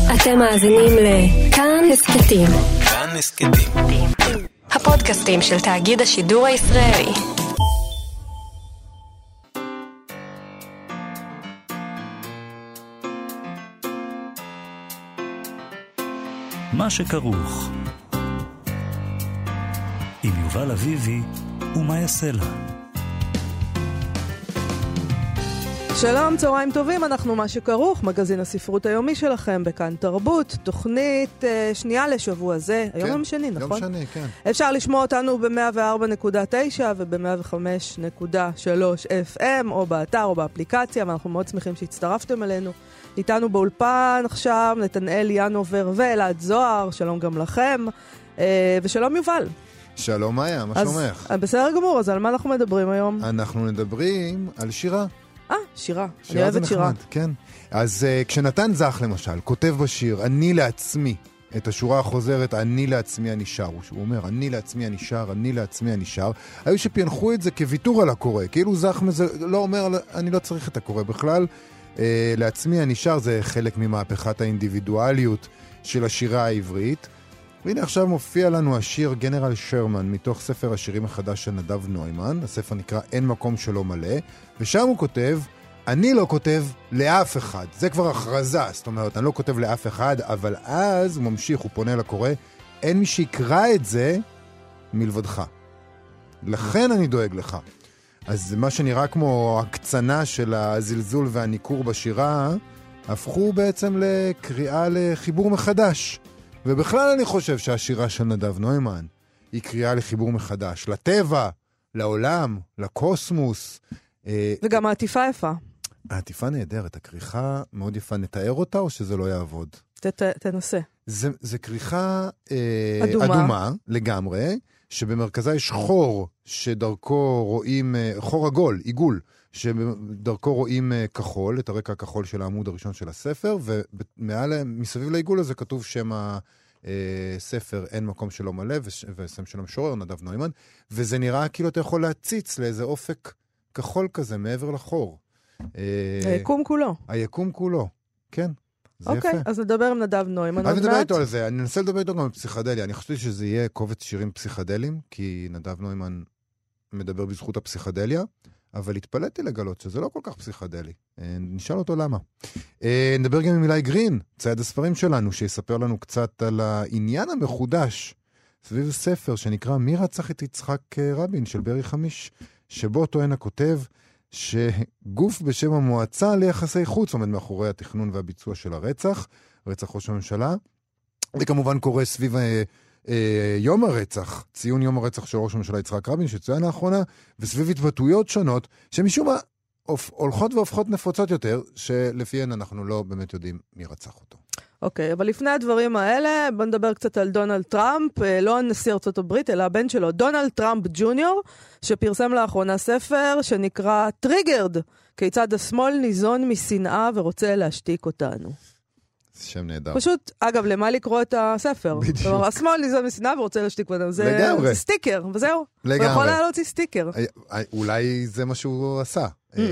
אתם מאזינים לכאן הסכתים. כאן הסכתים. הפודקאסטים של תאגיד השידור הישראלי. מה שכרוך עם יובל אביבי ומה יעשה לה. שלום, צהריים טובים, אנחנו מה שכרוך, מגזין הספרות היומי שלכם בכאן תרבות, תוכנית שנייה לשבוע זה, היום יום שני, נכון? יום שני, כן. אפשר לשמוע אותנו ב-104.9 וב-105.3 FM, או באתר או באפליקציה, ואנחנו מאוד שמחים שהצטרפתם אלינו. איתנו באולפן עכשיו נתנאל ינובר ואלעד זוהר, שלום גם לכם, ושלום יובל. שלום מאיה, מה שלומך? בסדר גמור, אז על מה אנחנו מדברים היום? אנחנו מדברים על שירה. שירה. אני אוהבת שירה. כן. אז כשנתן זך למשל כותב בשיר אני לעצמי, את השורה החוזרת אני לעצמי אני שר, הוא אומר אני לעצמי אני שר, אני לעצמי אני שר, היו שפיינחו את זה כוויתור על הקורא, כאילו זך לא אומר אני לא צריך את הקורא בכלל, לעצמי אני שר זה חלק ממהפכת האינדיבידואליות של השירה העברית. והנה עכשיו מופיע לנו השיר גנרל שרמן מתוך ספר השירים החדש של נדב נוימן, הספר נקרא אין מקום שלא מלא, ושם הוא כותב אני לא כותב לאף אחד, זה כבר הכרזה, זאת אומרת אני לא כותב לאף אחד, אבל אז הוא ממשיך, הוא פונה לקורא, אין מי שיקרא את זה מלבדך, לכן אני דואג לך. אז מה שנראה כמו הקצנה של הזלזול והניקור בשירה הפכו בעצם לקריאה לחיבור מחדש. ובכלל אני חושב שהשירה של נדב נוימן היא קריאה לחיבור מחדש, לטבע, לעולם, לקוסמוס. וגם העטיפה יפה. העטיפה נהדרת, הכריכה מאוד יפה, נתאר אותה או שזה לא יעבוד? תנסה. זה כריכה אדומה לגמרי, שבמרכזה יש חור שדרכו רואים, חור עגול, עיגול, שדרכו רואים כחול, את הרקע הכחול של העמוד הראשון של הספר, ומעל, מסביב לעיגול הזה כתוב שם הספר אין מקום שלא מלא, ושם של המשורר נדב נוימן, וזה נראה כאילו אתה יכול להציץ לאיזה אופק כחול כזה מעבר לחור. היקום כולו. היקום כולו, כן. אוקיי, אז נדבר עם נדב נוימן. אני מדבר איתו על זה, אני ננסה לדבר איתו גם על פסיכדליה, אני חושב שזה יהיה קובץ שירים פסיכדליים, כי נדב נוימן מדבר בזכות הפסיכדליה, אבל התפלאתי לגלות שזה לא כל כך פסיכדלי. נשאל אותו למה. נדבר גם עם אילי גרין, צייד הספרים שלנו, שיספר לנו קצת על העניין המחודש סביב ספר שנקרא מי רצח את יצחק רבין של ברי חמיש, שבו טוען הכותב שגוף בשם המועצה ליחסי חוץ עומד מאחורי התכנון והביצוע של הרצח, רצח ראש הממשלה, וכמובן קורה סביב יום הרצח, ציון יום הרצח של ראש הממשלה יצחק רבין שצוין לאחרונה, וסביב התבטאויות שונות שמשום מה הולכות והופכות נפוצות יותר, שלפיהן אנחנו לא באמת יודעים מי רצח אותו. אוקיי, אבל לפני הדברים האלה, בוא נדבר קצת על דונלד טראמפ, לא הנשיא ארצות הברית, אלא הבן שלו, דונלד טראמפ ג'וניור, שפרסם לאחרונה ספר שנקרא טריגרד, כיצד השמאל ניזון משנאה ורוצה להשתיק אותנו. זה שם נהדר. פשוט, אגב, למה לקרוא את הספר? בדיוק. כלומר, השמאל ניזון משנאה ורוצה להשתיק אותנו. לגמרי. זה סטיקר, וזהו. לגמרי. הוא יכול היה להוציא סטיקר. אולי זה מה שהוא עשה.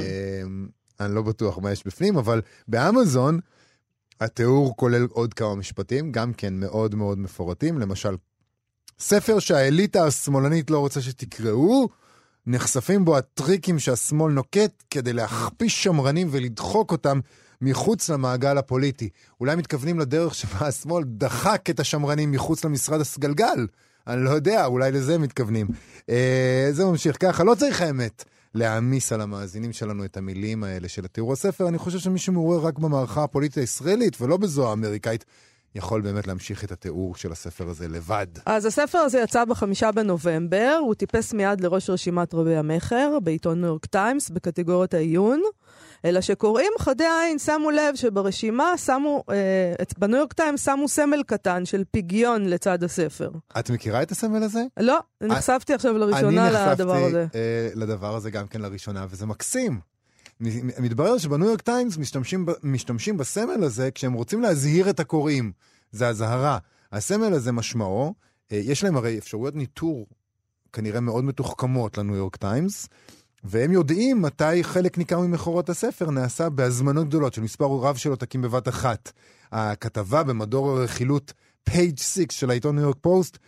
אני לא בטוח מה יש בפנים, אבל באמזון, התיאור כולל עוד כמה משפטים, גם כן מאוד מאוד מפורטים, למשל, ספר שהאליטה השמאלנית לא רוצה שתקראו, נחשפים בו הטריקים שהשמאל נוקט כדי להכפיש שמרנים ולדחוק אותם מחוץ למעגל הפוליטי. אולי מתכוונים לדרך שבה השמאל דחק את השמרנים מחוץ למשרד הסגלגל. אני לא יודע, אולי לזה מתכוונים. זה ממשיך ככה, לא צריך האמת להעמיס על המאזינים שלנו את המילים האלה של התיאור הספר. אני חושב שמי שמעורר רק במערכה הפוליטית הישראלית ולא בזו האמריקאית, יכול באמת להמשיך את התיאור של הספר הזה לבד. אז הספר הזה יצא ב5 בנובמבר, הוא טיפס מיד לראש רשימת רבי המחר, בעיתון ניו יורק טיימס, בקטגוריית העיון, אלא שקוראים חדי עין, שמו לב שברשימה שמו, בניו יורק טיימס שמו סמל קטן של פיגיון לצד הספר. את מכירה את הסמל הזה? לא, נחשפתי עכשיו לראשונה לדבר הזה. אני נחשפתי לדבר הזה גם כן לראשונה, וזה מקסים. מתברר שבניו יורק טיימס משתמשים בסמל הזה כשהם רוצים להזהיר את הקוראים. זה הזהרה. הסמל הזה משמעו, יש להם הרי אפשרויות ניטור כנראה מאוד מתוחכמות לניו יורק טיימס, והם יודעים מתי חלק ניכר ממחורות הספר נעשה בהזמנות גדולות של מספר רב של עותקים בבת אחת. הכתבה במדור הרכילות פייג' 6 של העיתון ניו יורק פוסט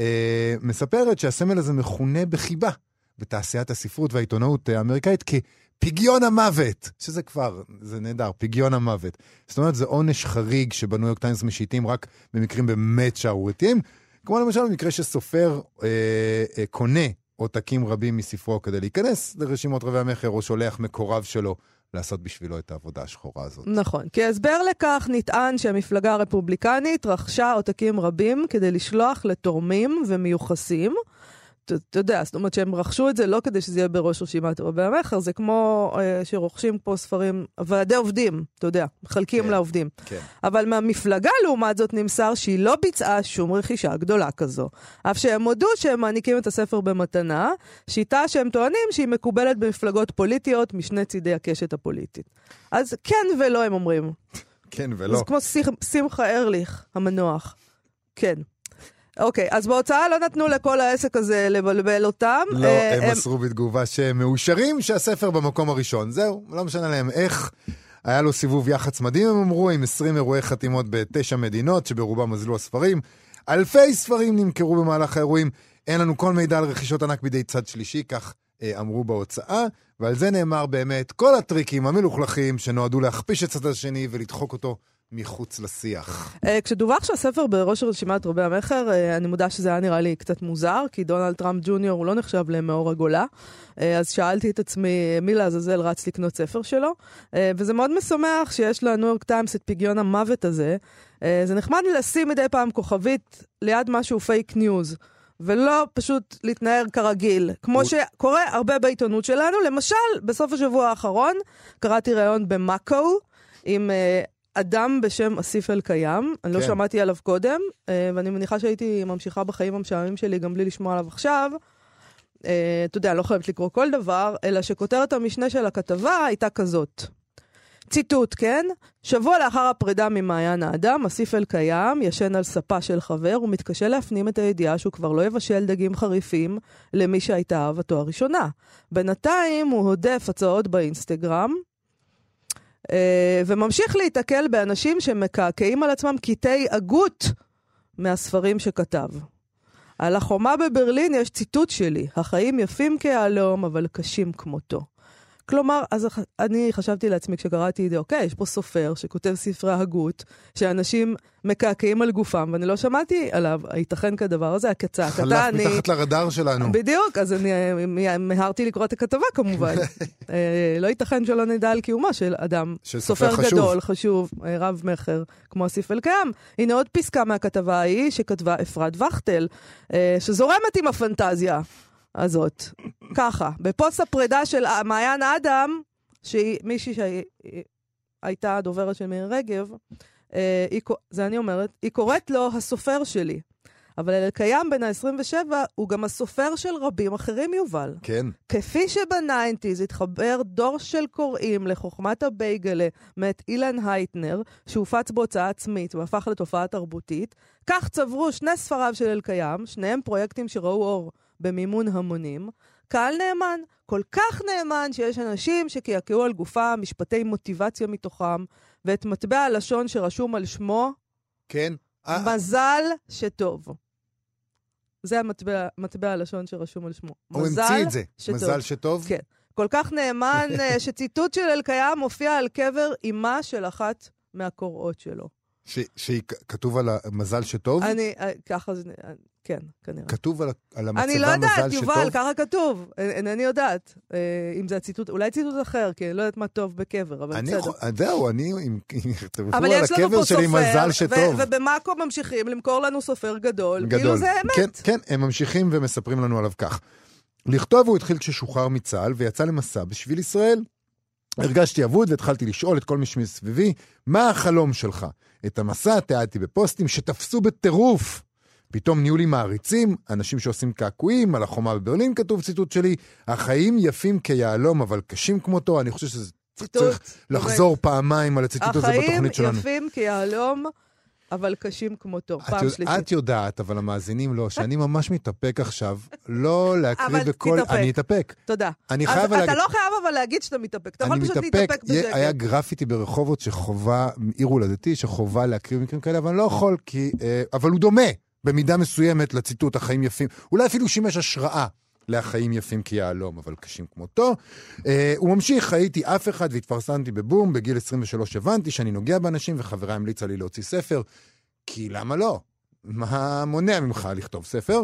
מספרת שהסמל הזה מכונה בחיבה בתעשיית הספרות והעיתונאות האמריקאית כפיגיון המוות, שזה כבר, זה נהדר, פיגיון המוות. זאת אומרת, זה עונש חריג שבניו יורק טיימס משיתים רק במקרים באמת שערורייתיים, כמו למשל במקרה שסופר קונה עותקים רבים מספרו כדי להיכנס לרשימות רבי המחר, או שולח מקורב שלו לעשות בשבילו את העבודה השחורה הזאת. נכון. כהסבר לכך נטען שהמפלגה הרפובליקנית רכשה עותקים רבים כדי לשלוח לתורמים ומיוחסים. אתה יודע, זאת אומרת שהם רכשו את זה לא כדי שזה יהיה בראש רשימת רבי המחר, זה כמו שרוכשים פה ספרים, ועדי עובדים, אתה יודע, מחלקים לעובדים. אבל מהמפלגה לעומת זאת נמסר שהיא לא ביצעה שום רכישה גדולה כזו. אף שהם הודו שהם מעניקים את הספר במתנה, שיטה שהם טוענים שהיא מקובלת במפלגות פוליטיות משני צידי הקשת הפוליטית. אז כן ולא הם אומרים. כן ולא. זה כמו שמחה ארליך, המנוח. כן. אוקיי, אז בהוצאה לא נתנו לכל העסק הזה לבלבל אותם. לא, הם מסרו בתגובה שהם מאושרים שהספר במקום הראשון. זהו, לא משנה להם איך. היה לו סיבוב יח"צ מדהים, הם אמרו, עם 20 אירועי חתימות ב9 מדינות, שברובם מזלו הספרים. אלפי ספרים נמכרו במהלך האירועים. אין לנו כל מידע על רכישות ענק בידי צד שלישי, כך אמרו בהוצאה. ועל זה נאמר באמת כל הטריקים המלוכלכים שנועדו להכפיש את צד השני ולדחוק אותו מחוץ לשיח. כשדווח שהספר בראש רשימת רבי המחר, אני מודה שזה היה נראה לי קצת מוזר, כי דונלד טראמפ ג'וניור הוא לא נחשב למאור הגולה, אז שאלתי את עצמי מי לעזאזל רץ לקנות ספר שלו, וזה מאוד משמח שיש לניו יורק טיימס את פיגיון המוות הזה. זה נחמד לשים מדי פעם כוכבית ליד משהו פייק ניוז, ולא פשוט להתנער כרגיל, כמו שקורה הרבה בעיתונות שלנו. למשל, בסוף השבוע האחרון קראתי ראיון במאקו עם אדם בשם אסיף אלקיים, אני לא שמעתי עליו קודם, ואני מניחה שהייתי ממשיכה בחיים המשעממים שלי גם בלי לשמוע עליו עכשיו. אתה יודע, אני לא חייבת לקרוא כל דבר, אלא שכותרת המשנה של הכתבה הייתה כזאת. ציטוט, כן? שבוע לאחר הפרידה ממעיין האדם, אסיף אלקיים ישן על ספה של חבר, ומתקשה להפנים את הידיעה שהוא כבר לא יבשל דגים חריפים למי שהייתה אהבתו הראשונה. בינתיים הוא הודף הצעות באינסטגרם, וממשיך להתקל באנשים שמקעקעים על עצמם קטעי הגות מהספרים שכתב. על החומה בברלין יש ציטוט שלי, החיים יפים כיהלום אבל קשים כמותו. כלומר, אז אני חשבתי לעצמי כשקראתי את זה, אוקיי, יש פה סופר שכותב ספרי הגות, שאנשים מקעקעים על גופם, ואני לא שמעתי עליו, הייתכן כדבר הזה, הקצה. חלף מתחת לרדאר שלנו. בדיוק, אז אני מהרתי לקרוא את הכתבה כמובן. לא ייתכן שלא נדע על קיומה של אדם, סופר גדול, חשוב, רב מחר, כמו אסיף אלקיים. הנה עוד פסקה מהכתבה ההיא, שכתבה אפרת וכטל, שזורמת עם הפנטזיה הזאת. ככה, בפוסט הפרידה של מעיין האדם, שהיא מישהי שהייתה דוברת של מירי רגב, זה אני אומרת, היא קוראת לו הסופר שלי. אבל אלקיים בן ה-27 הוא גם הסופר של רבים אחרים, יובל. כן. כפי שבניינטיז התחבר דור של קוראים לחוכמת הבייגלה מאת אילן הייטנר, שהופץ בהוצאה עצמית והפך לתופעה תרבותית, כך צברו שני ספריו של אלקיים, שניהם פרויקטים שראו אור במימון המונים. קהל נאמן, כל כך נאמן שיש אנשים שקעקעו על גופה משפטי מוטיבציה מתוכם, ואת מטבע הלשון שרשום על שמו, כן. מזל שטוב. זה מטבע הלשון שרשום על שמו. הוא המציא את זה, מזל שטוב. כן. כל כך נאמן שציטוט של אלקיים מופיע על קבר אימה של אחת מהקוראות שלו. שהיא כתוב על המזל שטוב? ככה זה, כן, כנראה. כתוב על המצבה מזל שטוב? אני לא יודעת, יובל, ככה כתוב. אינני יודעת. אם זה הציטוט, אולי ציטוט אחר, כי אני לא יודעת מה טוב בקבר, אבל בסדר. זהו, אם תרפו על הקבר שלי מזל שטוב. ובמאקו ממשיכים למכור לנו סופר גדול. כאילו זה אמת. כן, הם ממשיכים ומספרים לנו עליו כך. לכתוב הוא התחיל כששוחרר מצה"ל ויצא למסע בשביל ישראל. הרגשתי אבוד והתחלתי לשאול את כל מי שמסביבי, מה החלום שלך? את המסע תיעדתי בפוסטים שתפסו בטירוף. פתאום נהיו לי מעריצים, אנשים שעושים קעקועים, על החומה בברלין כתוב ציטוט שלי, החיים יפים כיהלום אבל קשים כמותו. אני חושב שזה צריך לחזור פעמיים על הציטוט הזה בתוכנית שלנו. החיים יפים כיהלום אבל קשים כמותו, פעם שלישית. את יודעת, אבל המאזינים לא, שאני ממש מתאפק עכשיו, לא להקריא בכל... אני אתאפק. תודה. אני חייב להגיד... אתה לא חייב אבל להגיד שאתה מתאפק, אתה יכול פשוט להתאפק בשקט. היה גרפיטי ברחובות שחובה, עיר הולדתי, שחובה להקריא מקרים כאלה, אבל אני לא יכול, אבל הוא דומה במידה מסוימת לציטוט החיים יפים. אולי אפילו שימש השראה לחיים יפים כיהלום, אבל קשים כמותו. הוא ממשיך, הייתי אף אחד והתפרסמתי בבום, בגיל 23 הבנתי שאני נוגע באנשים, וחברה המליצה לי להוציא ספר, כי למה לא? מה מונע ממך לכתוב ספר?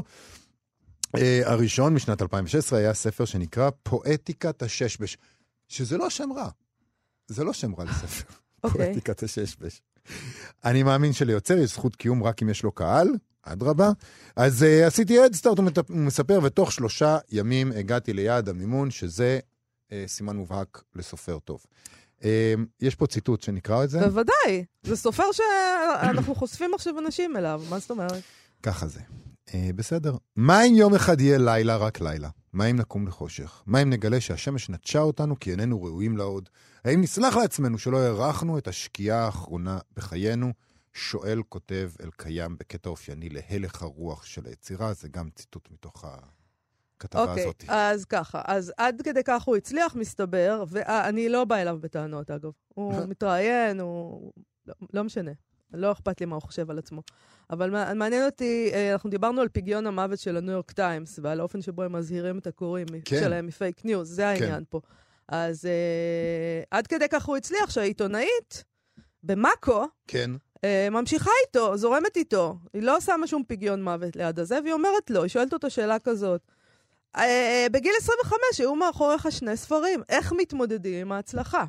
הראשון משנת 2016 היה ספר שנקרא פואטיקת הששבש, שזה לא שם רע. זה לא שם רע לספר. פואטיקת הששבש. אני מאמין שליוצר יש זכות קיום רק אם יש לו קהל, אדרבה. אז עשיתי הדסטארט, הוא מספר, ותוך 3 ימים הגעתי ליעד המימון, שזה סימן מובהק לסופר טוב. יש פה ציטוט שנקרא את זה. בוודאי, זה סופר שאנחנו חושפים עכשיו אנשים אליו, מה זאת אומרת? ככה זה. בסדר. מה אם יום אחד יהיה לילה, רק לילה? מה אם נקום לחושך? מה אם נגלה שהשמש נטשה אותנו כי איננו ראויים לעוד? האם נסלח לעצמנו שלא הרחנו את השקיעה האחרונה בחיינו? שואל כותב אל קיים בקטע אופייני להלך הרוח של היצירה, זה גם ציטוט מתוך הכתבה הזאת. אוקיי, אז ככה, אז עד כדי כך הוא הצליח, מסתבר, ואני לא באה אליו בטענות, אגב. הוא מתראיין, הוא... לא משנה. לא אכפת לי מה הוא חושב על עצמו. אבל מעניין אותי, אנחנו דיברנו על פגיון המוות של הניו יורק טיימס, ועל האופן שבו הם מזהירים את הקוראים שלהם מפייק ניוז, זה העניין פה. אז עד כדי כך הוא הצליח שהעיתונאית במאקו, ממשיכה איתו, זורמת איתו. היא לא שמה שום פגיון מוות ליד הזה, והיא אומרת לו, היא שואלת אותו שאלה כזאת, בגיל 25 היו מאחוריך 2 ספרים, איך מתמודדים עם ההצלחה?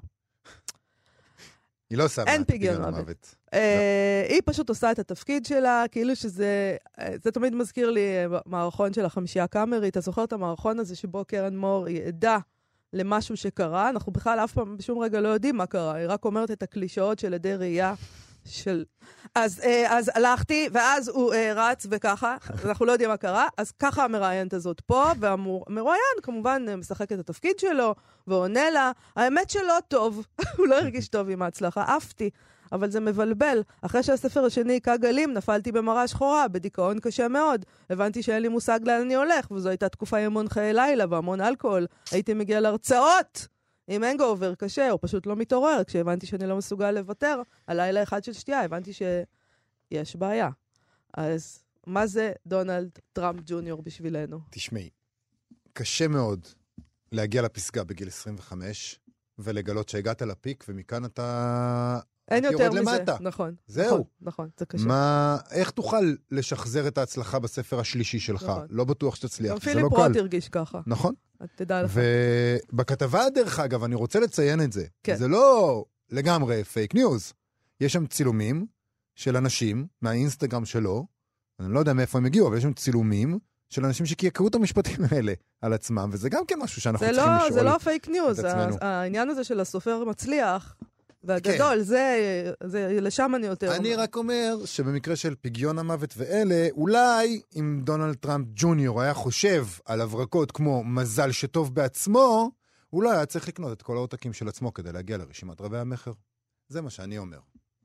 היא לא שמה פגיון מוות. היא פשוט עושה את התפקיד שלה, כאילו שזה, זה תמיד מזכיר לי מערכון של 5 הקאמרי, אתה זוכר את המערכון הזה שבו קרן מור היא עדה למשהו שקרה, אנחנו בכלל אף פעם בשום רגע לא יודעים מה קרה, היא רק אומרת את הקלישאות של עדי ראייה של... אז הלכתי, ואז הוא רץ וככה, אנחנו לא יודעים מה קרה, אז ככה המראיינת הזאת פה, והמרואיין כמובן משחק את התפקיד שלו, ועונה לה, האמת שלא טוב, הוא לא הרגיש טוב עם ההצלחה, עפתי, אבל זה מבלבל. אחרי שהספר השני היכה גלים, נפלתי במראה שחורה, בדיכאון קשה מאוד. הבנתי שאין לי מושג לאן אני הולך, וזו הייתה תקופה עם המון חיי לילה והמון אלכוהול. הייתי מגיע להרצאות עם הנגאובר קשה, או פשוט לא מתעורר. כשהבנתי שאני לא מסוגל לוותר על לילה אחד של שתייה, הבנתי שיש בעיה. אז מה זה דונלד טראמפ ג'וניור בשבילנו? תשמעי, קשה מאוד להגיע לפסגה בגיל 25, ולגלות שהגעת לפיק, ומכאן אתה... אין יותר מזה, למטה. נכון. זהו. נכון, זה קשה. איך תוכל לשחזר את ההצלחה בספר השלישי שלך? נכון. לא בטוח שתצליח, זה לא קל. פיליפ רוט הרגיש ככה. נכון. תדע לך. ובכתבה דרך אגב, אני רוצה לציין את זה. כן. זה לא לגמרי פייק ניוז. יש שם צילומים של אנשים מהאינסטגרם שלו, אני לא יודע מאיפה הם הגיעו, אבל יש שם צילומים של אנשים שיקראו את המשפטים האלה על עצמם, וזה גם כן משהו שאנחנו צריכים לשאול את עצמנו. זה לא פייק ניוז, העניין הזה של הסופר מצליח, והגדול, זה לשם אני יותר... אני רק אומר שבמקרה של פגיון המוות ואלה, אולי אם דונלד טראמפ ג'וניור היה חושב על הברקות כמו מזל שטוב בעצמו, אולי היה צריך לקנות את כל העותקים של עצמו כדי להגיע לרשימת רבי המחר. זה מה שאני אומר.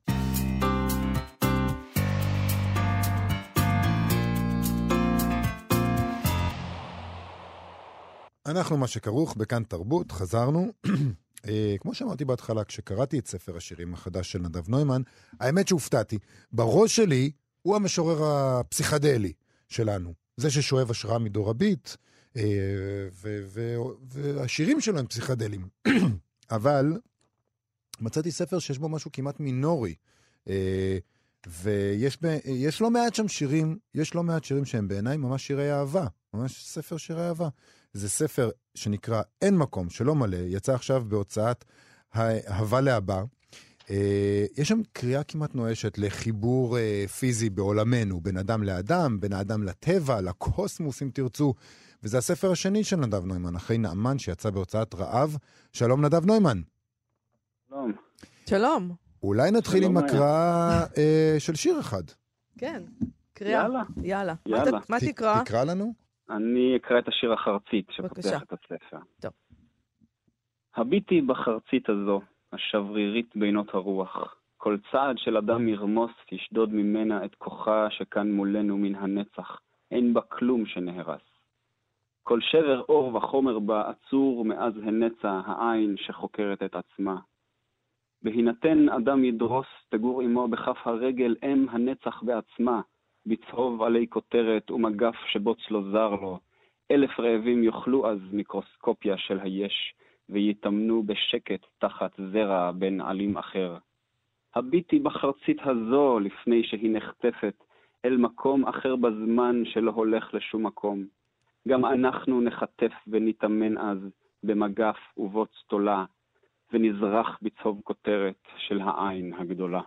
אנחנו מה שכרוך בכאן תרבות, חזרנו. כמו שאמרתי בהתחלה, כשקראתי את ספר השירים החדש של נדב נוימן, האמת שהופתעתי. בראש שלי הוא המשורר הפסיכדלי שלנו. זה ששואב השראה מדור הביט, והשירים שלו הם פסיכדלים. אבל מצאתי ספר שיש בו משהו כמעט מינורי. ויש לא מעט שם שירים, יש לא מעט שירים שהם בעיניי ממש שירי אהבה. ממש ספר שירי אהבה. זה ספר שנקרא אין מקום, שלא מלא, יצא עכשיו בהוצאת הווה להבא. יש שם קריאה כמעט נואשת לחיבור פיזי בעולמנו, בין אדם לאדם, בין האדם לטבע, לקוסמוס אם תרצו. וזה הספר השני של נדב נוימן, אחרי נאמן שיצא בהוצאת רעב. שלום נדב נוימן. שלום. שלום. אולי נתחיל עם הקראה של שיר אחד. כן, קריאה. יאללה. מה תקרא? תקרא לנו. אני אקרא את השיר החרצית שפותח את הספר. טוב. הביטי בחרצית הזו, השברירית בינות הרוח. כל צעד של אדם ירמוס תשדוד ממנה את כוחה שכאן מולנו מן הנצח. אין בה כלום שנהרס. כל שבר אור וחומר בה עצור מאז הנצע העין שחוקרת את עצמה. בהינתן אדם ידרוס תגור עמו בכף הרגל אם הנצח בעצמה, בצהוב עלי כותרת ומגף שבוץ לו זר לו. 1000 רעבים יאכלו אז מיקרוסקופיה של היש, ויתאמנו בשקט תחת זרע בין עלים אחר. הביטי בחרצית הזו לפני שהיא נחטפת אל מקום אחר בזמן שלא הולך לשום מקום. גם אנחנו נחטף ונתאמן אז במגף ובוץ תולה, ונזרח בצהוב כותרת של העין הגדולה.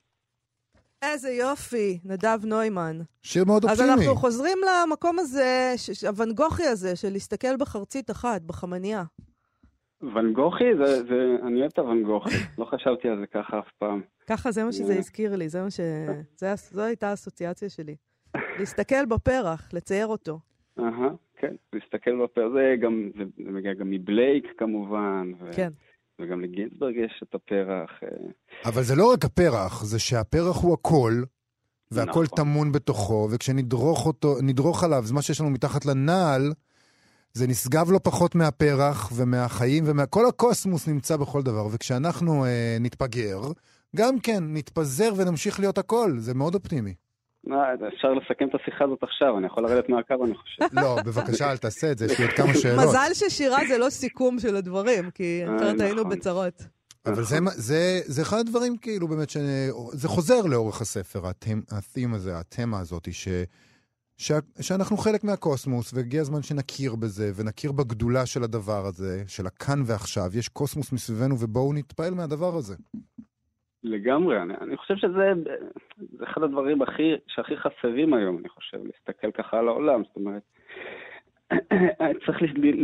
איזה יופי, נדב נוימן. שיר מאוד אופטימי. אז אנחנו חוזרים למקום הזה, הוונגוכי הזה, של להסתכל בחרצית אחת, בחמניה. ונגוכי? אני אוהב את הוונגוכי. לא חשבתי על זה ככה אף פעם. ככה זה מה שזה הזכיר לי, זו הייתה האסוציאציה שלי. להסתכל בפרח, לצייר אותו. כן, להסתכל בפרח. זה מגיע גם מבלייק כמובן. כן. וגם לגינסברג יש את הפרח. אבל זה לא רק הפרח, זה שהפרח הוא הכל, והכל טמון בתוכו, וכשנדרוך עליו, זה מה שיש לנו מתחת לנעל, זה נשגב לא פחות מהפרח ומהחיים, כל הקוסמוס נמצא בכל דבר, וכשאנחנו נתפגר, גם כן, נתפזר ונמשיך להיות הכל, זה מאוד אופטימי. אפשר לסכם את השיחה הזאת עכשיו, אני יכול לרדת מהקו, אני חושב. לא, בבקשה, אל תעשה את זה, יש לי עוד כמה שאלות. מזל ששירה זה לא סיכום של הדברים, כי אחרת היינו בצרות. אבל זה אחד הדברים כאילו באמת, זה חוזר לאורך הספר, התימה הזה, התמה הזאת, שאנחנו חלק מהקוסמוס, והגיע הזמן שנכיר בזה, ונכיר בגדולה של הדבר הזה, של הכאן ועכשיו, יש קוסמוס מסביבנו, ובואו נתפעל מהדבר הזה. לגמרי, אני חושב שזה אחד הדברים שהכי חסרים היום, אני חושב, להסתכל ככה על העולם, זאת אומרת, צריך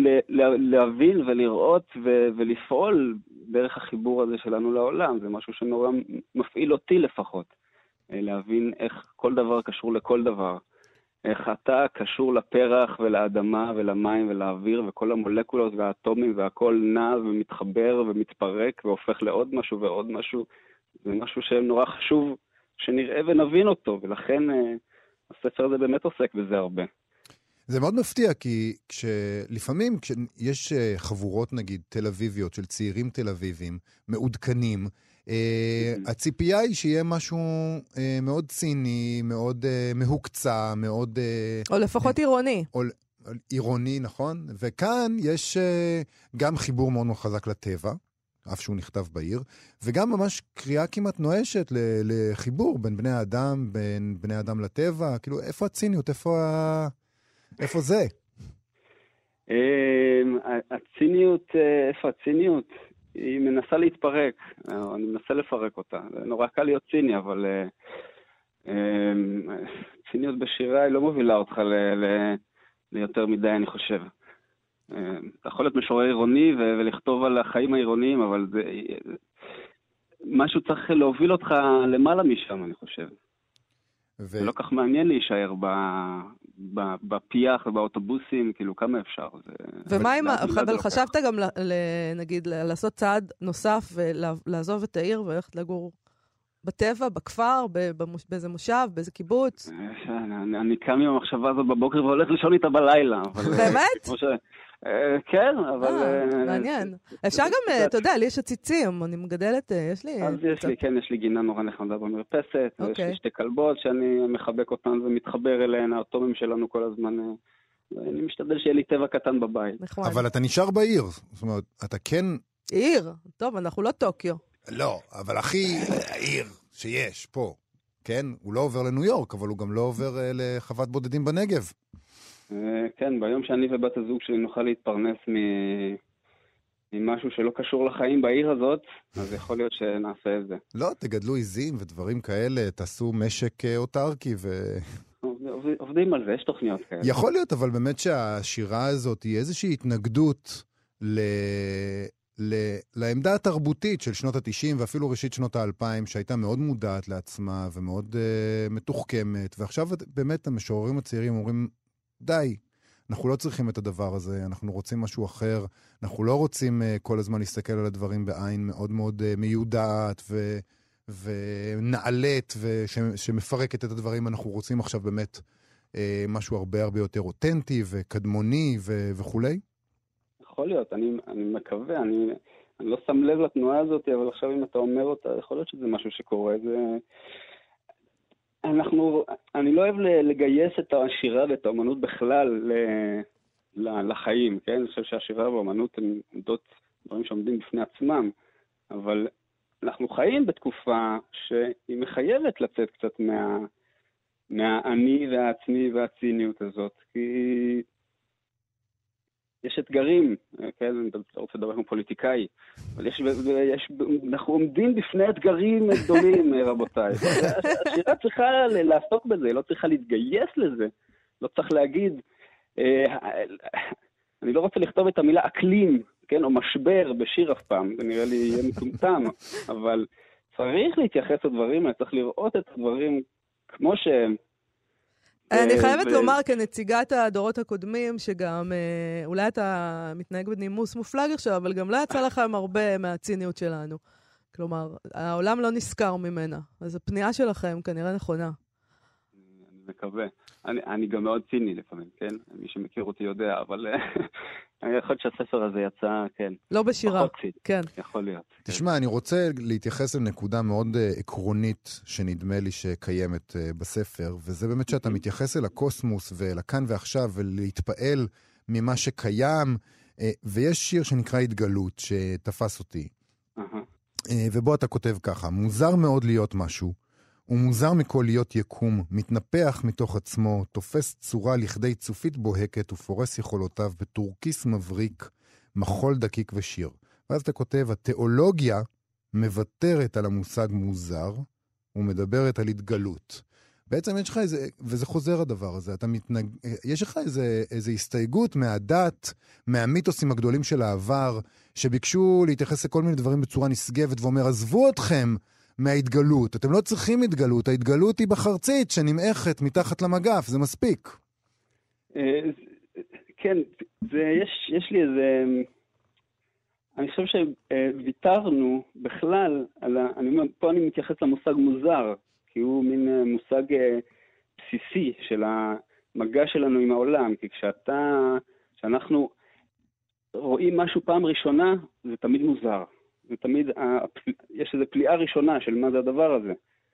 להבין ולראות ולפעול דרך החיבור הזה שלנו לעולם, זה משהו שנורא מפעיל אותי לפחות, להבין איך כל דבר קשור לכל דבר, איך אתה קשור לפרח ולאדמה ולמים ולאוויר וכל המולקולות והאטומים והכל נע ומתחבר ומתפרק והופך לעוד משהו ועוד משהו, זה משהו שנורא חשוב שנראה ונבין אותו, ולכן הספר הזה באמת עוסק בזה הרבה. זה מאוד מפתיע, כי לפעמים כשיש חבורות נגיד תל אביביות של צעירים תל אביבים מעודכנים, הציפייה היא שיהיה משהו מאוד ציני, מאוד מהוקצה, מאוד... או לפחות עירוני. עירוני, נכון? וכאן יש גם חיבור מאוד חזק לטבע, אף שהוא נכתב בעיר, וגם ממש קריאה כמעט נואשת לחיבור בין בני האדם, בין בני האדם לטבע, כאילו איפה הציניות, איפה זה? הציניות, איפה הציניות? היא מנסה להתפרק, אני מנסה לפרק אותה. זה נורא קל להיות ציני, אבל ציניות בשירה היא לא מובילה אותך ליותר מדי, אני חושב. אתה יכול להיות משורר עירוני ולכתוב על החיים העירוניים, אבל משהו צריך להוביל אותך למעלה משם, אני חושב. זה לא כך מעניין להישאר בפיח ובאוטובוסים, כאילו כמה אפשר. ומה אם, אבל חשבת גם נגיד לעשות צעד נוסף ולעזוב את העיר וללכת לגור בטבע, בכפר, באיזה מושב, באיזה קיבוץ? אני קם עם המחשבה הזאת בבוקר והולך לישון איתה בלילה. באמת? כן, אבל... מעניין. אפשר גם, אתה יודע, לי יש עציצים, אני מגדלת, יש לי... אז יש לי גינה נורא נחמדה במרפסת, יש לי 2 כלבות שאני מחבק אותן ומתחבר אליהן, האטומים שלנו כל הזמן, אני משתדל שיהיה לי טבע קטן בבית. אבל אתה נשאר בעיר, זאת אומרת, אתה כן... עיר, טוב, אנחנו לא טוקיו. לא, אבל הכי עיר שיש פה, כן? הוא לא עובר לניו יורק, אבל הוא גם לא עובר לחוות בודדים בנגב. כן, ביום שאני ובת הזוג שלי נוכל להתפרנס ממשהו שלא קשור לחיים בעיר הזאת, אז יכול להיות שנעשה את זה. לא, תגדלו עיזים ודברים כאלה, תעשו משק אוטרקי עובדים על זה, יש תוכניות כאלה. יכול להיות, אבל באמת שהשירה הזאת היא איזושהי התנגדות לעמדה התרבותית של שנות ה-90 ואפילו ראשית שנות ה-2000, שהייתה מאוד מודעת לעצמה ומאוד מתוחכמת, ועכשיו באמת המשוררים הצעירים אומרים, די, אנחנו לא צריכים את הדבר הזה, אנחנו רוצים משהו אחר, אנחנו לא רוצים כל הזמן להסתכל על הדברים בעין מאוד מאוד מיודעת ונעלית שמפרקת את הדברים. אנחנו רוצים עכשיו באמת משהו הרבה הרבה יותר אותנטי וקדמוני וכולי? יכול להיות, אני מקווה, אני לא שם לב לתנועה הזאת, אבל עכשיו אם אתה אומר אותה, יכול להיות שזה משהו שקורה. אני לא אוהב לגייס את השירה ואת האמנות בכלל לחיים, כן? אני חושב שהשירה והאמנות הן עמדות דברים שעומדים בפני עצמם, אבל אנחנו חיים בתקופה שהיא מחייבת לצאת קצת מהאני והעצמי והציניות הזאת, כי יש אתגרים, כן? אני רוצה לדבר עם פוליטיקאי, אבל אנחנו עומדים בפני אתגרים גדולים, רבותיי. השירה צריכה לעסוק בזה, לא צריכה להתגייס לזה, לא צריך להגיד, אני לא רוצה לכתוב את המילה אקלים, כן, או משבר בשיר אף פעם, זה נראה לי יהיה מטומטם, אבל צריך להתייחס לדברים, אני צריך לראות את הדברים כמו שהם. אני חייבת לומר כנציגת הדורות הקודמים, שגם אולי אתה מתנהג בנימוס מופלג עכשיו, אבל גם לא יצא לכם הרבה מהציניות שלנו. כלומר, העולם לא נזכר ממנה, אז הפנייה שלכם כנראה נכונה. אני מקווה. אני גם מאוד ציני לפעמים, כן? מי שמכיר אותי יודע, אבל אני יכול להיות שהספר הזה יצא, כן. לא בשירה, כן. יכול להיות. תשמע, אני רוצה להתייחס לנקודה מאוד עקרונית שנדמה לי שקיימת בספר, וזה באמת שאתה מתייחס אל הקוסמוס ואל הכאן ועכשיו, ולהתפעל ממה שקיים, ויש שיר שנקרא התגלות שתפס אותי. ובו אתה כותב ככה, מוזר מאוד להיות משהו, ומוזר מכל להיות יקום, מתנפח מתוך עצמו, תופס צורה לכדי צופית בוהקת ופורס יכולותיו בטורקיס מבריק, מחול דקיק ושיר. ואז אתה כותב, התיאולוגיה מוותרת על המושג מוזר, ומדברת על התגלות. בעצם יש לך איזה, וזה חוזר הדבר הזה, יש לך איזה הסתייגות מהדת, מהמיתוסים הגדולים של העבר, שביקשו להתייחס לכל מיני דברים בצורה נשגבת, ואומר, עזבו אתכם, מההתגלות. אתם לא צריכים התגלות, ההתגלות היא בחרצית שנמעכת מתחת למגף, זה מספיק. כן, יש לי איזה, אני חושב שוויתרנו בכלל, פה אני מתייחס למושג מוזר, כי הוא מין מושג בסיסי של המגע שלנו עם העולם, כי כשאנחנו רואים משהו פעם ראשונה, זה תמיד מוזר. ותמיד יש איזו פליאה ראשונה של מה זה הדבר הזה.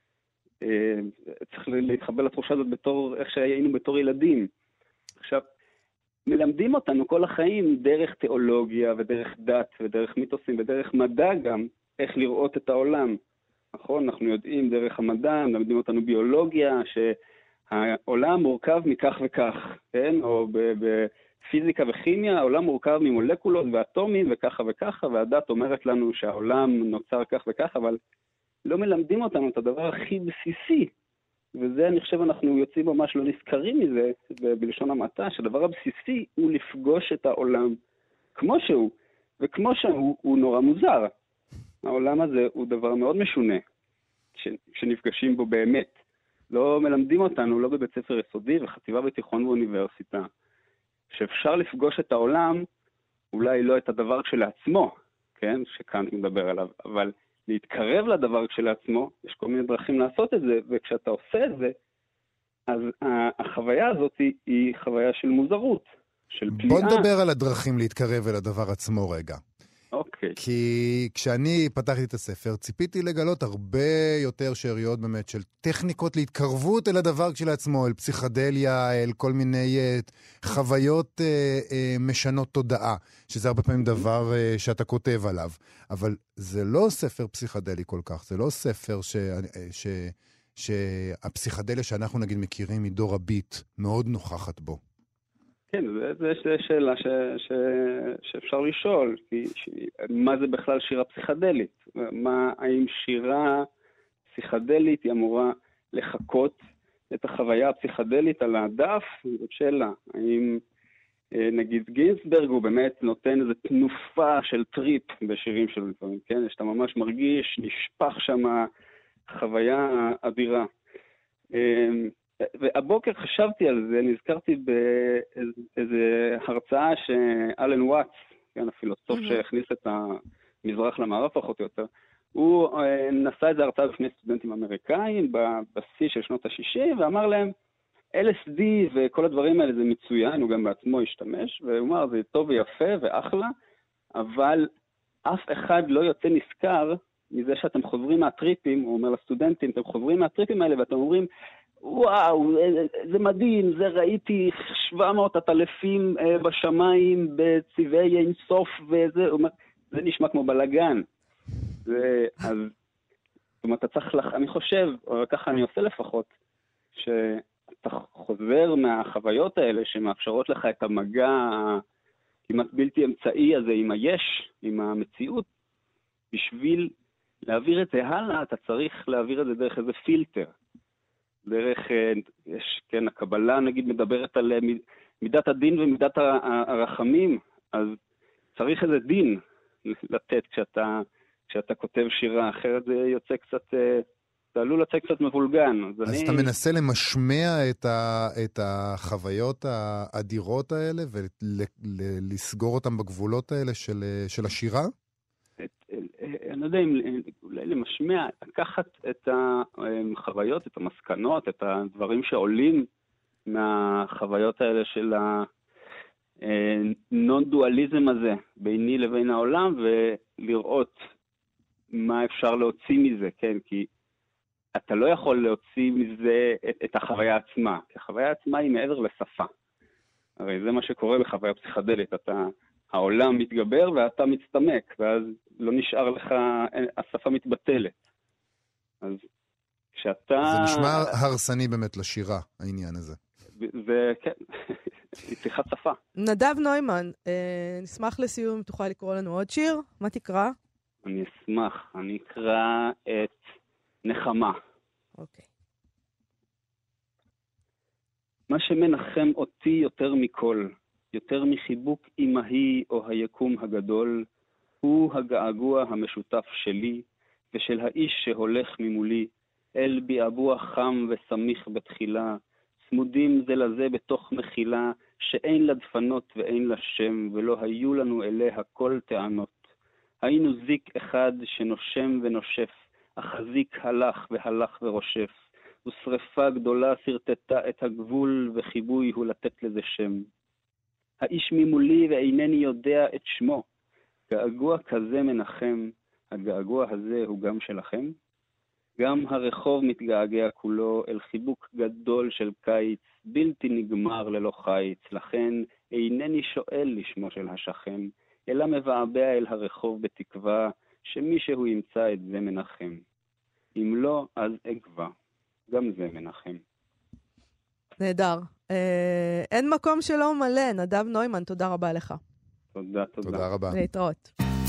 צריך להתחבר לתחושה הזאת בתור, איך שהיינו בתור ילדים. עכשיו, מלמדים אותנו כל החיים דרך תיאולוגיה ודרך דת ודרך מיתוסים ודרך מדע גם, איך לראות את העולם. נכון? אנחנו יודעים דרך המדע, מלמדים אותנו ביולוגיה, שהעולם מורכב מכך וכך, כן? או פיזיקה וכימיה, העולם מורכב ממולקולות ואטומים וככה וככה, והדת אומרת לנו שהעולם נוצר כך וככה, אבל לא מלמדים אותנו את הדבר הכי בסיסי, וזה אני חושב אנחנו יוצאים ממש לא נזכרים מזה, בלשון המעטה, שהדבר הבסיסי הוא לפגוש את העולם כמו שהוא, וכמו שהוא הוא נורא מוזר. העולם הזה הוא דבר מאוד משונה, כשנפגשים בו באמת. לא מלמדים אותנו, לא בבית ספר יסודי וחטיבה בתיכון ואוניברסיטה, שאפשר לפגוש את העולם, אולי לא את הדבר כשלעצמו, כן, שכאן מדבר עליו, אבל להתקרב לדבר כשלעצמו, יש כל מיני דרכים לעשות את זה, וכשאתה עושה את זה, אז החוויה הזאת היא חוויה של מוזרות, של פליאה. בוא נדבר על הדרכים להתקרב אל הדבר עצמו רגע. אוקיי. כי כשאני פתחתי את הספר, ציפיתי לגלות הרבה יותר שאריות באמת של טכניקות להתקרבות אל הדבר כשלעצמו, אל פסיכדליה, אל כל מיני חוויות משנות תודעה, שזה הרבה פעמים דבר שאתה כותב עליו. אבל זה לא ספר פסיכדלי כל כך, זה לא ספר שהפסיכדליה שאנחנו נגיד מכירים מדור הביט מאוד נוכחת בו. כן, זו שאלה שאפשר לשאול, מה זה בכלל שירה פסיכדלית? האם שירה פסיכדלית היא אמורה לחכות את החוויה הפסיכדלית על הדף? זאת שאלה. האם נגיד גינסברג הוא באמת נותן איזו תנופה של טריפ בשירים שלו לפעמים, כן? שאתה ממש מרגיש, נשפך שם חוויה אדירה. והבוקר חשבתי על זה, נזכרתי באיזה הרצאה שאלן וואטס, כן, הפילוסוף שהכניס את המזרח למערב פחות או יותר, הוא נשא את זה הרצאה בפני סטודנטים אמריקאים בשיא של שנות ה-60, ואמר להם, LSD וכל הדברים האלה זה מצוין, הוא גם בעצמו השתמש, והוא אמר, זה טוב ויפה ואחלה, אבל אף אחד לא יוצא נזכר מזה שאתם חוזרים מהטריפים, הוא אומר לסטודנטים, אתם חוזרים מהטריפים האלה ואתם אומרים, וואו, זה מדהים, זה ראיתי 700 עטלפים בשמיים בצבעי אין סוף, וזה, הוא אומר, זה נשמע כמו בלגן. אז, זאת אומרת, אתה צריך, אני חושב, או ככה אני עושה לפחות, שאתה חוזר מהחוויות האלה שמאפשרות לך את המגע כמעט בלתי אמצעי הזה עם היש, עם המציאות, בשביל להעביר את זה הלאה, אתה צריך להעביר את זה דרך איזה פילטר. דרך, יש, כן, הקבלה נגיד מדברת על מידת הדין ומידת הרחמים, אז צריך איזה דין לתת כשאתה כותב שירה, אחרת זה יוצא קצת, זה עלול לצא קצת מבולגן. אז אתה מנסה למשמע את החוויות האדירות האלה ולסגור אותם בגבולות האלה של השירה? אני לא יודע אם אולי למשמע, לקחת את החוויות, את המסקנות, את הדברים שעולים מהחוויות האלה של הנון-דואליזם הזה ביני לבין העולם, ולראות מה אפשר להוציא מזה, כן? כי אתה לא יכול להוציא מזה את החוויה עצמה, כי החוויה עצמה היא מעבר לשפה. הרי זה מה שקורה בחוויה פסיכדלית, העולם מתגבר ואתה מצטמק, ואז לא נשאר לך, השפה מתבטלת. אז כשאתה... זה נשמע הרסני באמת לשירה, העניין הזה. זה, כן, היא צריכת שפה. נדב נוימן, נשמח לסיום, תוכל לקרוא לנו עוד שיר? מה תקרא? אני אשמח, אני אקרא את נחמה. אוקיי. מה שמנחם אותי יותר מכל, יותר מחיבוק אמהי או היקום הגדול, הוא הגעגוע המשותף שלי ושל האיש שהולך ממולי, אל ביעבוע חם וסמיך בתחילה, צמודים זה לזה בתוך מחילה, שאין לה דפנות ואין לה שם, ולא היו לנו אליה כל טענות. היינו זיק אחד שנושם ונושף, אך הזיק הלך והלך ורושף, ושריפה גדולה סרטטה את הגבול, וחיבוי הוא לתת לזה שם. האיש ממולי ואינני יודע את שמו. געגוע כזה מנחם, הגעגוע הזה הוא גם שלכם? גם הרחוב מתגעגע כולו אל חיבוק גדול של קיץ, בלתי נגמר ללא חיץ, לכן אינני שואל לשמו של השכן, אלא מבעבע אל הרחוב בתקווה שמישהו ימצא את זה מנחם. אם לא, אז אגבה. גם זה מנחם. נהדר. אין מקום שלא מלא. נדב נוימן, תודה רבה לך. תודה. תודה רבה. להתראות.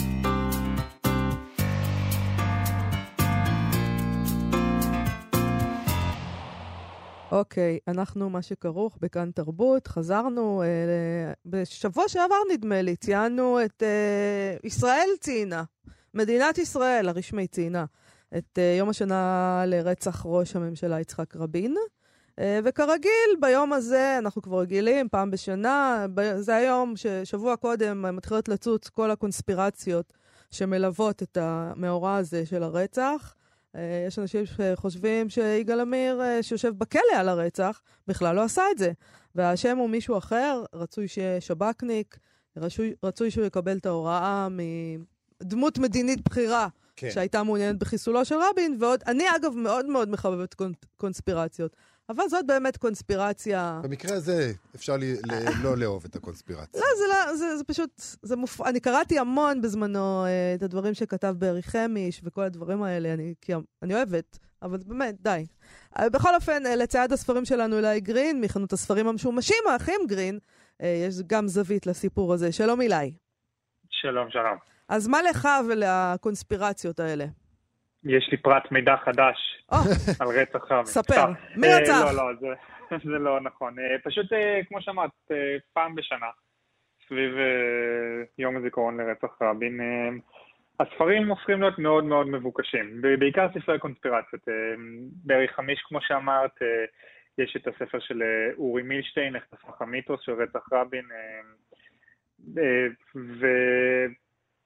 אוקיי, אנחנו מה שכרוך בכאן תרבות, חזרנו, בשבוע שעבר נדמה לי, ציינו את ישראל ציינה, מדינת ישראל הרשמית ציינה, את יום השנה לרצח ראש הממשלה יצחק רבין, וכרגיל ביום הזה אנחנו כבר רגילים פעם בשנה, זה היום ששבוע קודם מתחילות לצוץ כל הקונספירציות שמלוות את המאורע הזה של הרצח, יש אנשים שחושבים שיגאל עמיר שיושב בכלא על הרצח, בכלל לא עשה את זה. והשם הוא מישהו אחר, רצוי שיהיה שב"כניק, רצוי שהוא יקבל את ההוראה מדמות מדינית בחירה, כן. שהייתה מעוניינת בחיסולו של רבין, ועוד, אני אגב מאוד מאוד מחבבת קונספירציות. אבל זאת באמת קונספירציה... במקרה הזה אפשר לא לאהוב את הקונספירציה. לא, זה פשוט... אני קראתי המון בזמנו את הדברים שכתב בארי חמיש וכל הדברים האלה, כי אני אוהבת, אבל באמת, די. בכל אופן, לצד הספרים שלנו אלי גרין, מחנות הספרים המשומשים, האחים גרין, יש גם זווית לסיפור הזה. שלום אלי. שלום. אז מה לך ולקונספירציות האלה? יש לי פרט מידע חדש על רצח רבין. ספר, מי רצח? לא, זה לא נכון. פשוט, כמו שאמרת, פעם בשנה, סביב יום הזיכרון לרצח רבין, הספרים הופכים להיות מאוד מאוד מבוקשים, בעיקר ספרי קונספירציות. בארי חמיש, כמו שאמרת, יש את הספר של אורי מילשטיין, איך תפח המיתוס של רצח רבין,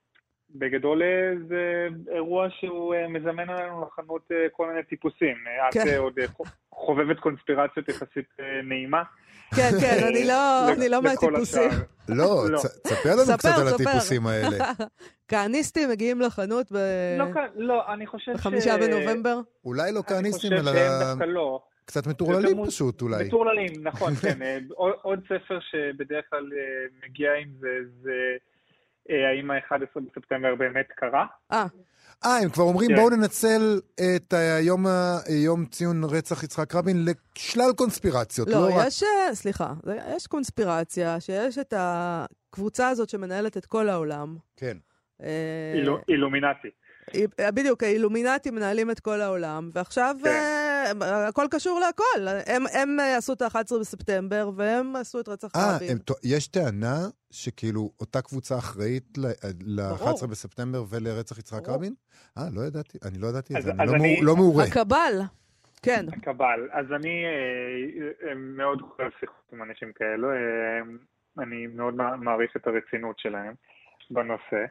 בגדול זה אירוע שהוא מזמן עלינו לחנות כל מיני טיפוסים. את עוד חובבת קונספירציות יחסית נעימה. כן, אני לא מהטיפוסים. לא, תספר לנו קצת על הטיפוסים האלה. כהניסטים מגיעים לחנות לא, אני חושב ב5 בנובמבר? אולי לא כהניסטים, אלא קצת מטורללים פשוט אולי. מטורללים, נכון, כן. עוד ספר שבדרך כלל מגיע עם זה האם ה-11 בספטמבר באמת קרה. הם כבר אומרים בואו ננצל את יום ציון רצח יצחק רבין לשלל קונספירציות. לא, יש קונספירציה שיש את הקבוצה הזאת שמנהלת את כל העולם. כן. אילומינטי. בדיוק, האילומינטי מנהלים את כל העולם, ועכשיו הכל קשור להכל. הם עשו את ה-11 בספטמבר, והם עשו את רצח רבין. יש טענה שכאילו אותה קבוצה אחראית ל-11 בספטמבר ולרצח יצחק רבין? לא ידעתי, אני לא ידעתי את זה, אני לא מעורה. הקבל, כן. הקבל, אז אני מאוד חושב שיחות עם אנשים כאלו, אני מאוד מעריך את הרצינות שלהם בנושא.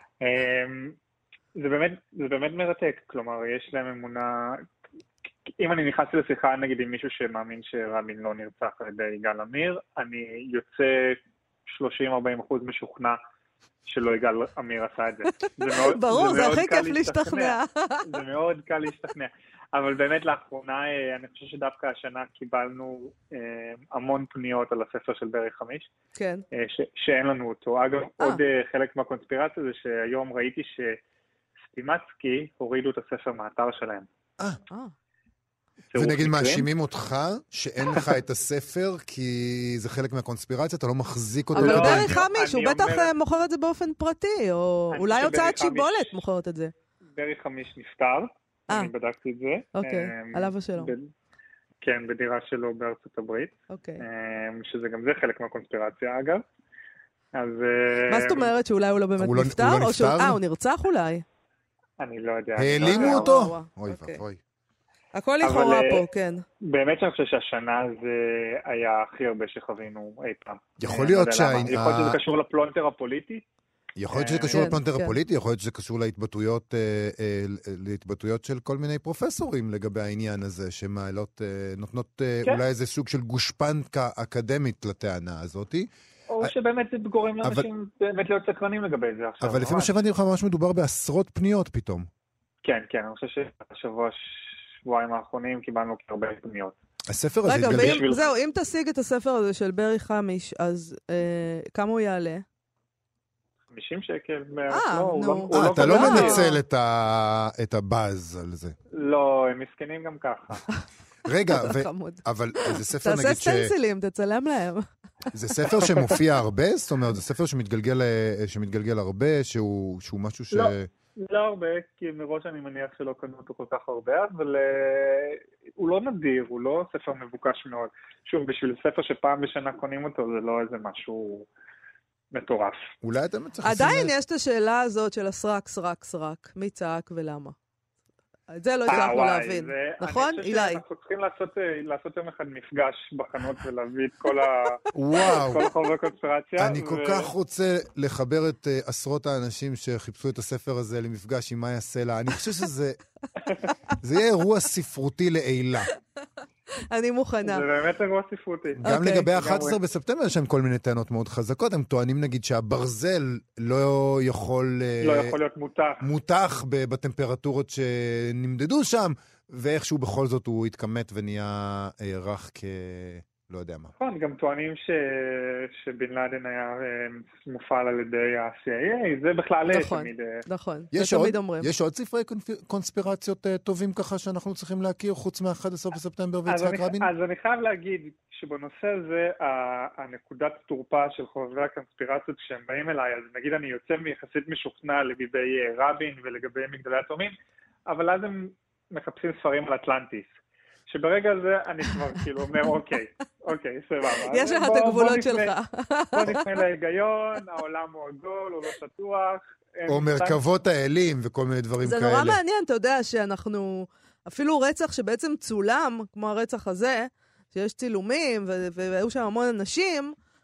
זה באמת מרתק, כלומר, יש להם אמונה, אם אני נכנסתי לשיחה, נגיד עם מישהו שמאמין שרבין לא נרצח על ידי יגאל עמיר, אני יוצא 30-40% משוכנע שלא יגאל עמיר עשה את זה. ברור, זה הכי כיף להשתכנע. זה מאוד קל להשתכנע. אבל באמת לאחרונה, אני חושב שדווקא השנה קיבלנו המון פניות על הספר של ברי חמיש, כן. שאין לנו אותו. אגב, עוד חלק מהקונספירציה זה שהיום ראיתי סטימצקי הורידו את הספר מהאתר שלהם. ונגיד מאשימים אותך שאין לך את הספר כי זה חלק מהקונספירציה, אתה לא מחזיק אותו. אבל ברי חמיש, הוא בטח מוכר את זה באופן פרטי, או אולי הוצאת שיבולת מוכרת את זה. ברי חמיש נפטר, אני בדקתי את זה. אוקיי, על אבא שלו. כן, בדירה שלו בארצות הברית. אוקיי. שזה גם זה חלק מהקונספירציה אגב. מה זאת אומרת שאולי הוא לא באמת נפטר? הוא נרצח אולי? אני לא יודע. העלימו אותו? אוי ואבוי. הכל לכאורה פה, כן. באמת שאני חושב שהשנה זה היה הכי הרבה שחווינו אי פעם. יכול להיות יכול להיות שזה קשור לפלונטר הפוליטי? יכול להיות שזה קשור לפלונטר הפוליטי, יכול להיות שזה קשור להתבטאויות של כל מיני פרופסורים לגבי העניין הזה, שמעלות, נותנות אולי איזה סוג של גושפנקה אקדמית לטענה הזאת. או שבאמת זה גורם לאנשים באמת להיות סקרנים לגבי זה עכשיו. אבל לפעמים שבאתי לך ממש מדובר בעשרות פניות פתאום. כן, אני חושב שבועיים האחרונים קיבלנו הרבה פניות. הספר הזה התגלגל. זהו, אם תשיג את הספר הזה של ברי חמיש, אז כמה הוא יעלה? 50 שקל. אתה לא מנצל את הבאז על זה. לא, הם מסכנים גם ככה. רגע, אבל זה ספר נגיד תעשה סטנסילים, תצלם להם. זה ספר שמופיע הרבה? זאת אומרת, זה ספר שמתגלגל הרבה, שהוא משהו ש... לא הרבה, כי מראש אני מניח שלא קנו אותו כל כך הרבה, אבל הוא לא נדיר, הוא לא ספר מבוקש מאוד. שוב, בשביל ספר שפעם בשנה קונים אותו, זה לא איזה משהו מטורף. אולי אתם מצליחים... עדיין יש את השאלה הזאת של הסרק, סרק, סרק. מי צעק ולמה? את זה לא הצלחנו להבין. נכון, אילי? אני חושב שאנחנו צריכים לעשות יום אחד מפגש בחנות ולהביא את כל החוב הקונספירציה. אני כל כך רוצה לחבר את עשרות האנשים שחיפשו את הספר הזה למפגש עם מאיה סלע. אני חושב שזה יהיה אירוע ספרותי לעילה. אני מוכנה. זה באמת אירוע ספרותי. גם לגבי 11 בספטמבר יש להם כל מיני טענות מאוד חזקות. הם טוענים נגיד שהברזל לא יכול להיות מותח בטמפרטורות שנמדדו שם, ואיכשהו בכל זאת הוא התכמת ונהיה רך לא יודע מה. נכון, גם טוענים שבן לאדן היה מופעל על ידי ה-CIA, זה בכלל תמיד... נכון, זה תמיד אומרים. יש עוד ספרי קונספירציות טובים ככה שאנחנו צריכים להכיר, חוץ מ-11 בספטמבר ויצחק רבין? אז אני חייב להגיד שבנושא הזה, הנקודת תורפה של חובבי הקונספירציות כשהם באים אליי, אז נגיד אני יוצא מיחסית משוכנע לגבי רבין ולגבי מגדלי התאומים, אבל אז הם מחפשים ספרים על אטלנטיס. שברגע הזה אני כבר כאילו אומר, אוקיי, סבבה. יש לך את הגבולות שלך. בוא נפנה להיגיון, העולם הוא עגול, הוא לא שטוח. או מרכבות האלים וכל מיני דברים כאלה. זה נורא מעניין, אתה יודע שאנחנו, אפילו רצח שבעצם צולם, כמו הרצח הזה, שיש צילומים והיו שם המון אנשים,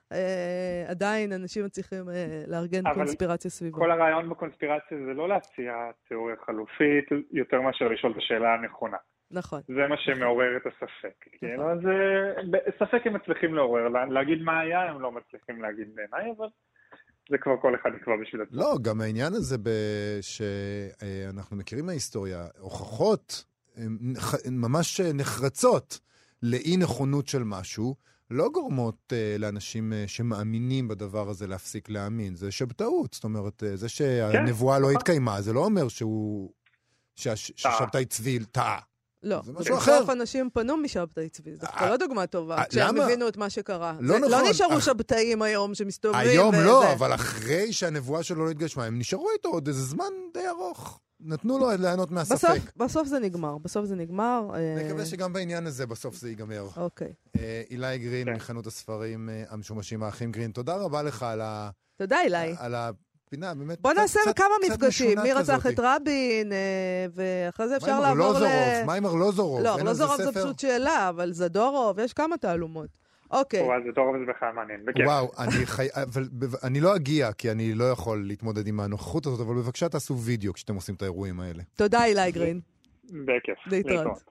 עדיין אנשים מצליחים לארגן קונספירציה סביבו. כל הרעיון בקונספירציה זה לא להציע תיאוריה חלופית, יותר מאשר לשאול את השאלה הנכונה. נכון. זה מה שמעורר את הספק. כאילו, אז ספק הם מצליחים לעורר, להגיד מה היה, הם לא מצליחים להגיד בעיניי, אבל זה כבר כל אחד יקבע בשביל עצמו. לא, גם העניין הזה שאנחנו מכירים מההיסטוריה, הוכחות ממש נחרצות לאי נכונות של משהו, לא גורמות לאנשים שמאמינים בדבר הזה להפסיק להאמין. זה שבתאות, זאת אומרת, זה שהנבואה לא התקיימה, זה לא אומר ששבתאי צבי טעה. לא, בסוף אנשים פנו משבתאי צבי, זה דווקא לא דוגמה טובה, כשהם הבינו את מה שקרה. לא נשארו שבתאים היום שמסתובבים. היום לא, אבל אחרי שהנבואה שלו לא התגשמה, הם נשארו איתו עוד איזה זמן די ארוך. נתנו לו ליהנות מהספק. בסוף זה נגמר, נקווה שגם בעניין הזה בסוף זה ייגמר. אוקיי. אילי גרין, מחנות הספרים המשומשים האחים גרין, תודה רבה לך תודה, אילי. על הפינה, באמת. בוא נעשה כמה מפגשים, מי רצח את רבין, ואחרי זה אפשר לעבור מה עם ארלוזורוב? לא, ארלוזורוב זה פשוט שאלה, אבל זדורוב, יש כמה תעלומות. אוקיי. זדורוב זה בכלל מעניין. וואו, אני לא אגיע, כי אני לא יכול להתמודד עם הנוכחות הזאת, אבל בבקשה תעשו וידאו כשאתם עושים את האירועים האלה. תודה, אילי גרין. בכיף. להתראות.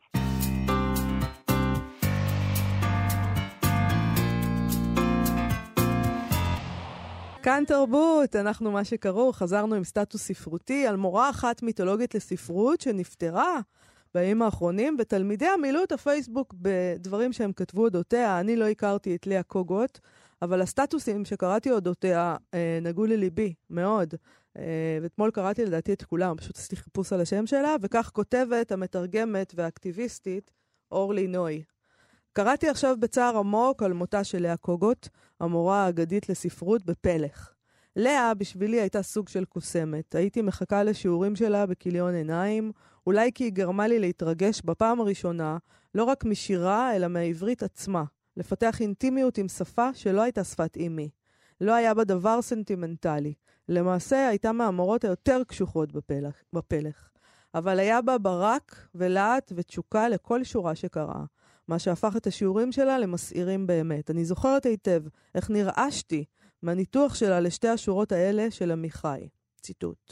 כאן תרבות, אנחנו מה שקראו, חזרנו עם סטטוס ספרותי על מורה אחת מיתולוגית לספרות שנפטרה בימים האחרונים, ותלמידי מילאו את הפייסבוק בדברים שהם כתבו אודותיה. אני לא הכרתי את לאה קוגוט, אבל הסטטוסים שקראתי אודותיה נגעו לליבי מאוד. ואתמול קראתי לדעתי את כולם, פשוט עשיתי חיפוש על השם שלה, וכך כותבת המתרגמת והאקטיביסטית אורלי נוי. קראתי עכשיו בצער עמוק על מותה של לאה קוגוט, המורה האגדית לספרות בפלך. לאה בשבילי הייתה סוג של קוסמת. הייתי מחכה לשיעורים שלה בכיליון עיניים, אולי כי היא גרמה לי להתרגש בפעם הראשונה, לא רק משירה אלא מהעברית עצמה, לפתח אינטימיות עם שפה שלא הייתה שפת אימי. לא היה בה דבר סנטימנטלי. למעשה הייתה מהמורות היותר קשוחות בפלך. אבל היה בה ברק ולהט ותשוקה לכל שורה שקרה. מה שהפך את השיעורים שלה למסעירים באמת. אני זוכרת היטב איך נרעשתי מהניתוח שלה לשתי השורות האלה של עמיחי. ציטוט.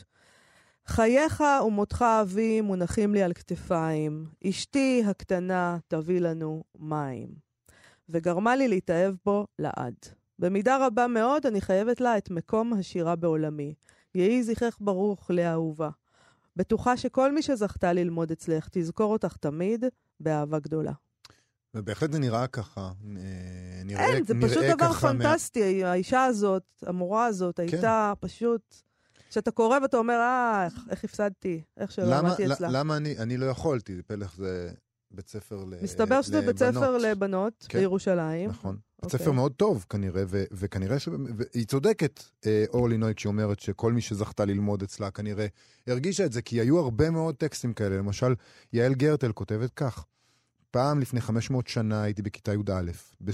חייך ומותך אבי מונחים לי על כתפיים. אשתי הקטנה תביא לנו מים. וגרמה לי להתאהב בו לעד. במידה רבה מאוד אני חייבת לה את מקום השירה בעולמי. יהי זכרך ברוך לאהובה. בטוחה שכל מי שזכתה ללמוד אצלך תזכור אותך תמיד באהבה גדולה. ובהחלט זה נראה ככה. אין, זה פשוט דבר פנטסטי. האישה הזאת, המורה הזאת, הייתה פשוט... כשאתה קורא ואתה אומר, איך הפסדתי, איך שלמדתי אצלה. למה אני לא יכולתי? פלך זה בית ספר לבנות. מסתבר שזה בית ספר לבנות בירושלים. נכון. בית ספר מאוד טוב כנראה, וכנראה שהיא צודקת, אורלי נוי, כשהיא אומרת שכל מי שזכתה ללמוד אצלה כנראה הרגישה את זה, כי היו הרבה מאוד טקסטים כאלה. למשל, יעל גרטל כותבת כך, פעם לפני 500 שנה הייתי בכיתה י"א,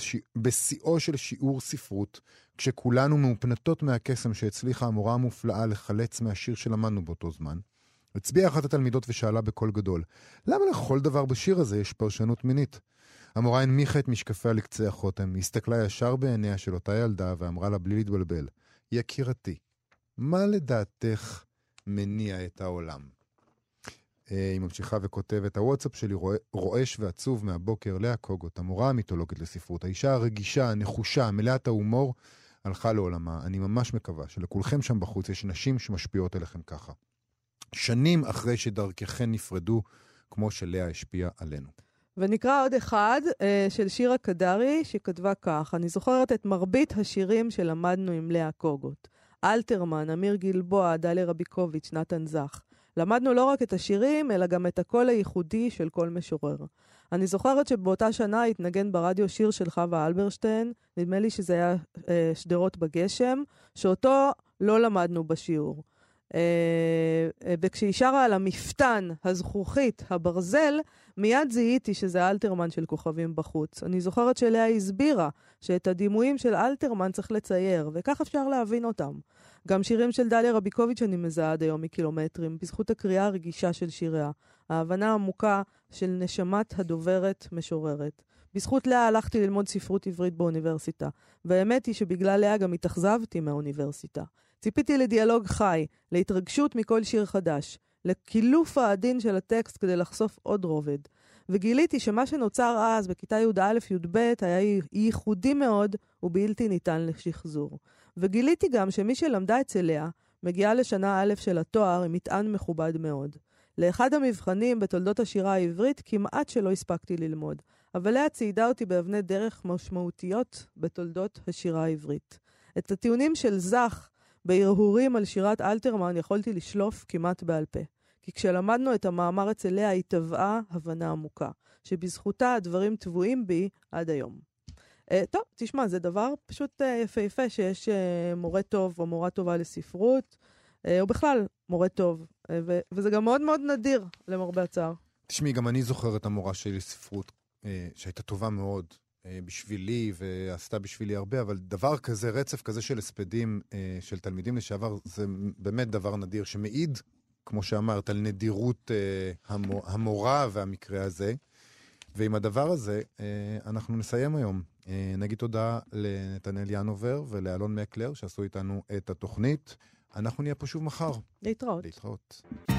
בשיאו של שיעור ספרות, כשכולנו מאופנתות מהקסם שהצליחה המורה המופלאה לחלץ מהשיר שלמדנו באותו זמן. הצביעה אחת התלמידות ושאלה בקול גדול, למה לכל דבר בשיר הזה יש פרשנות מינית? המורה הנמיכה את משקפיה לקצה החותם, הסתכלה ישר בעיניה של אותה ילדה ואמרה לה בלי להתבלבל, יקירתי, מה לדעתך מניע את העולם? היא ממשיכה וכותבת, הוואטסאפ שלי רועש ועצוב מהבוקר, לאה קוגוט, המורה המיתולוגית לספרות, האישה הרגישה, הנחושה, מלאת ההומור, הלכה לעולמה. אני ממש מקווה שלכולכם שם בחוץ יש נשים שמשפיעות אליכם ככה. שנים אחרי שדרככן נפרדו, כמו שלאה השפיעה עלינו. ונקרא עוד אחד של שירה קדרי, שכתבה כך, אני זוכרת את מרבית השירים שלמדנו עם לאה קוגוט. אלתרמן, אמיר גלבוע, דליה רביקוביץ', נתן זך. למדנו לא רק את השירים, אלא גם את הקול הייחודי של כל משורר. אני זוכרת שבאותה שנה התנגן ברדיו שיר של חווה אלברשטיין, נדמה לי שזה היה שדרות בגשם, שאותו לא למדנו בשיעור. וכשהיא שרה על המפתן, הזכוכית, הברזל, מיד זיהיתי שזה אלתרמן של כוכבים בחוץ. אני זוכרת שלאה הסבירה שאת הדימויים של אלתרמן צריך לצייר, וכך אפשר להבין אותם. גם שירים של דליה רביקוביץ' אני מזהה עד היום מקילומטרים, בזכות הקריאה הרגישה של שיריה. ההבנה העמוקה של נשמת הדוברת משוררת. בזכות לאה הלכתי ללמוד ספרות עברית באוניברסיטה, והאמת היא שבגלל לאה גם התאכזבתי מהאוניברסיטה. ציפיתי לדיאלוג חי, להתרגשות מכל שיר חדש, לקילוף העדין של הטקסט כדי לחשוף עוד רובד. וגיליתי שמה שנוצר אז בכיתה י"א-י"ב היה ייחודי מאוד ובלתי ניתן לשחזור. וגיליתי גם שמי שלמדה אצל לאה מגיעה לשנה א' של התואר עם מטען מכובד מאוד. לאחד המבחנים בתולדות השירה העברית כמעט שלא הספקתי ללמוד, אבל לאה ציידה אותי באבני דרך משמעותיות בתולדות השירה העברית. את הטיעונים של זך בהרהורים על שירת אלתרמן יכולתי לשלוף כמעט בעל פה. כי כשלמדנו את המאמר אצל לאה היא טבעה הבנה עמוקה, שבזכותה הדברים טבועים בי עד היום. טוב, תשמע, זה דבר פשוט יפה שיש מורה טוב או מורה טובה לספרות, או בכלל מורה טוב, וזה גם מאוד מאוד נדיר למרבה הצער. תשמעי, גם אני זוכר את המורה שלי לספרות, שהייתה טובה מאוד בשבילי ועשתה בשבילי הרבה, אבל דבר כזה, רצף כזה של הספדים של תלמידים לשעבר, זה באמת דבר נדיר שמעיד, כמו שאמרת, על נדירות המורה והמקרה הזה. ועם הדבר הזה אנחנו נסיים היום. נגיד תודה לנתנאל ינובר ולאלון מקלר שעשו איתנו את התוכנית. אנחנו נהיה פה שוב מחר. להתראות. להתראות.